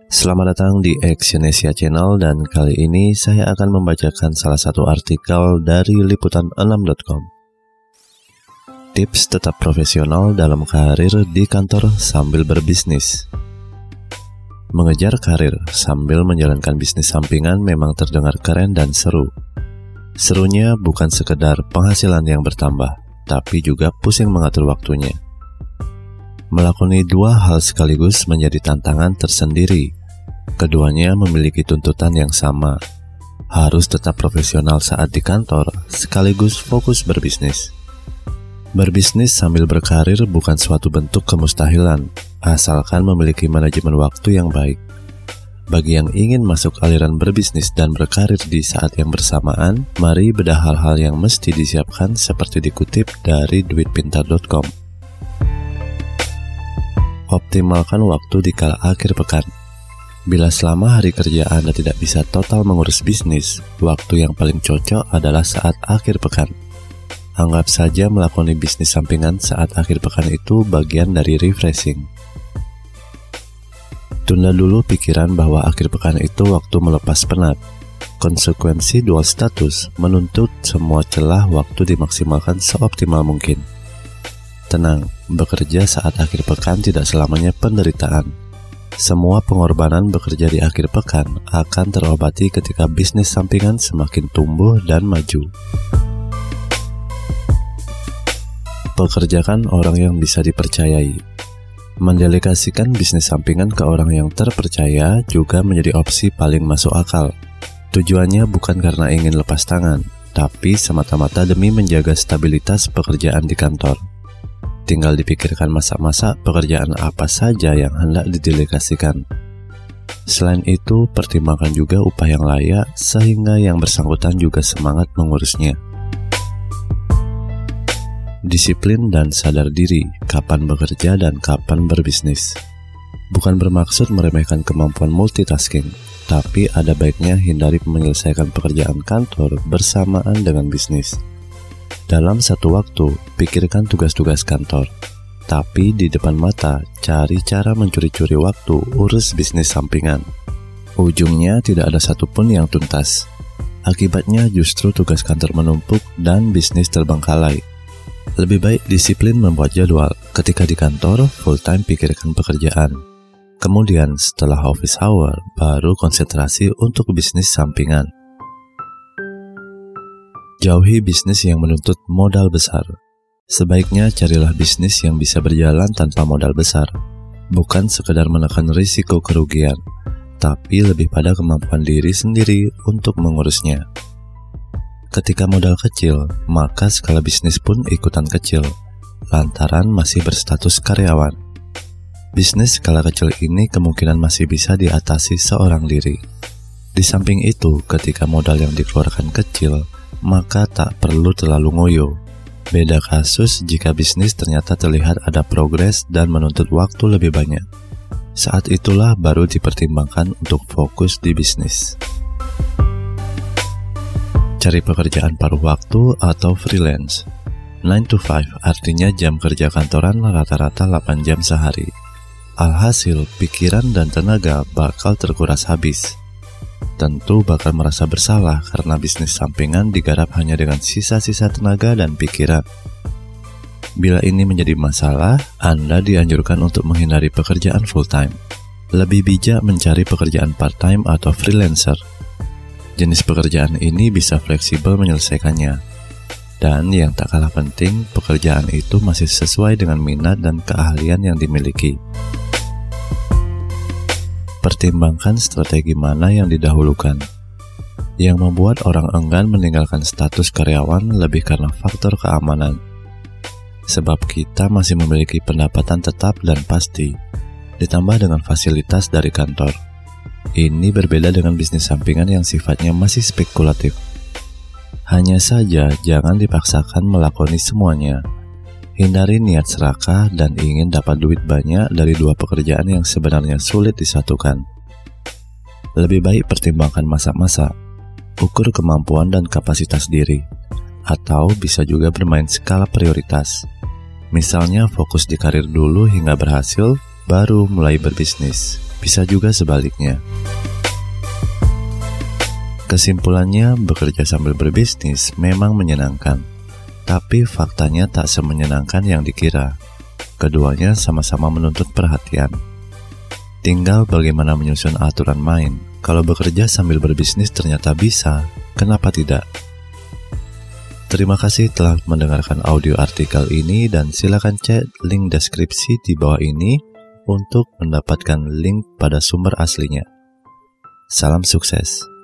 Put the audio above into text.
Selamat datang di Exyonesia Channel dan kali ini saya akan membacakan salah satu artikel dari liputan6.com. Tips tetap profesional dalam karir di kantor sambil berbisnis. Mengejar karir sambil menjalankan bisnis sampingan memang terdengar keren dan seru. Serunya bukan sekedar penghasilan yang bertambah, tapi juga pusing mengatur waktunya. Melakoni dua hal sekaligus menjadi tantangan tersendiri. Keduanya memiliki tuntutan yang sama. Harus tetap profesional saat di kantor, sekaligus fokus berbisnis. Berbisnis sambil berkarir bukan suatu bentuk kemustahilan, asalkan memiliki manajemen waktu yang baik. Bagi yang ingin masuk aliran berbisnis dan berkarir di saat yang bersamaan, mari bedah hal-hal yang mesti disiapkan seperti dikutip dari duitpintar.com. Optimalkan waktu di kala akhir pekan. Bila selama hari kerja Anda tidak bisa total mengurus bisnis, waktu yang paling cocok adalah saat akhir pekan. Anggap saja melakoni bisnis sampingan saat akhir pekan itu bagian dari refreshing. Tunda dulu pikiran bahwa akhir pekan itu waktu melepas penat. Konsekuensi dual status menuntut semua celah waktu dimaksimalkan seoptimal mungkin. Tenang, bekerja saat akhir pekan tidak selamanya penderitaan. Semua pengorbanan bekerja di akhir pekan akan terobati ketika bisnis sampingan semakin tumbuh dan maju. Pekerjakan orang yang bisa dipercayai. Mendelegasikan bisnis sampingan ke orang yang terpercaya juga menjadi opsi paling masuk akal. Tujuannya bukan karena ingin lepas tangan, tapi semata-mata demi menjaga stabilitas pekerjaan di kantor. Tinggal dipikirkan masak-masak pekerjaan apa saja yang hendak didelegasikan. Selain itu, pertimbangkan juga upah yang layak sehingga yang bersangkutan juga semangat mengurusnya. Disiplin dan sadar diri, kapan bekerja dan kapan berbisnis. Bukan bermaksud meremehkan kemampuan multitasking, tapi ada baiknya hindari menyelesaikan pekerjaan kantor bersamaan dengan bisnis. Dalam satu waktu, pikirkan tugas-tugas kantor. Tapi di depan mata, cari cara mencuri-curi waktu urus bisnis sampingan. Ujungnya tidak ada satupun yang tuntas. Akibatnya justru tugas kantor menumpuk dan bisnis terbengkalai. Lebih baik disiplin membuat jadwal. Ketika di kantor, full time pikirkan pekerjaan. Kemudian setelah office hour, baru konsentrasi untuk bisnis sampingan. Jauhi bisnis yang menuntut modal besar. Sebaiknya carilah bisnis yang bisa berjalan tanpa modal besar. Bukan sekedar menekan risiko kerugian, tapi lebih pada kemampuan diri sendiri untuk mengurusnya. Ketika modal kecil, maka skala bisnis pun ikutan kecil, lantaran masih berstatus karyawan. Bisnis skala kecil ini kemungkinan masih bisa diatasi seorang diri. Di samping itu, ketika modal yang dikeluarkan kecil, maka tak perlu terlalu ngoyo. Beda kasus jika bisnis ternyata terlihat ada progres dan menuntut waktu lebih banyak. Saat itulah baru dipertimbangkan untuk fokus di bisnis. Cari pekerjaan paruh waktu atau freelance. 9 to 5 artinya jam kerja kantoran rata-rata 8 jam sehari. Alhasil, pikiran dan tenaga bakal terkuras habis. Tentu bakal merasa bersalah karena bisnis sampingan digarap hanya dengan sisa-sisa tenaga dan pikiran. Bila ini menjadi masalah, Anda dianjurkan untuk menghindari pekerjaan full-time. Lebih bijak mencari pekerjaan part-time atau freelancer. Jenis pekerjaan ini bisa fleksibel menyelesaikannya. Dan yang tak kalah penting, pekerjaan itu masih sesuai dengan minat dan keahlian yang dimiliki. Pertimbangkan strategi mana yang didahulukan. Yang membuat orang enggan meninggalkan status karyawan lebih karena faktor keamanan. Sebab kita masih memiliki pendapatan tetap dan pasti, ditambah dengan fasilitas dari kantor. Ini berbeda dengan bisnis sampingan yang sifatnya masih spekulatif. Hanya saja jangan dipaksakan melakoni semuanya. Hindari niat serakah dan ingin dapat duit banyak dari dua pekerjaan yang sebenarnya sulit disatukan. Lebih baik pertimbangkan masak-masak, ukur kemampuan dan kapasitas diri, atau bisa juga bermain skala prioritas. Misalnya fokus di karir dulu hingga berhasil, baru mulai berbisnis. Bisa juga sebaliknya. Kesimpulannya, bekerja sambil berbisnis memang menyenangkan, tapi faktanya tak semenyenangkan yang dikira. Keduanya sama-sama menuntut perhatian. Tinggal bagaimana menyusun aturan main. Kalau bekerja sambil berbisnis ternyata bisa, kenapa tidak? Terima kasih telah mendengarkan audio artikel ini dan silakan cek link deskripsi di bawah ini untuk mendapatkan link pada sumber aslinya. Salam sukses.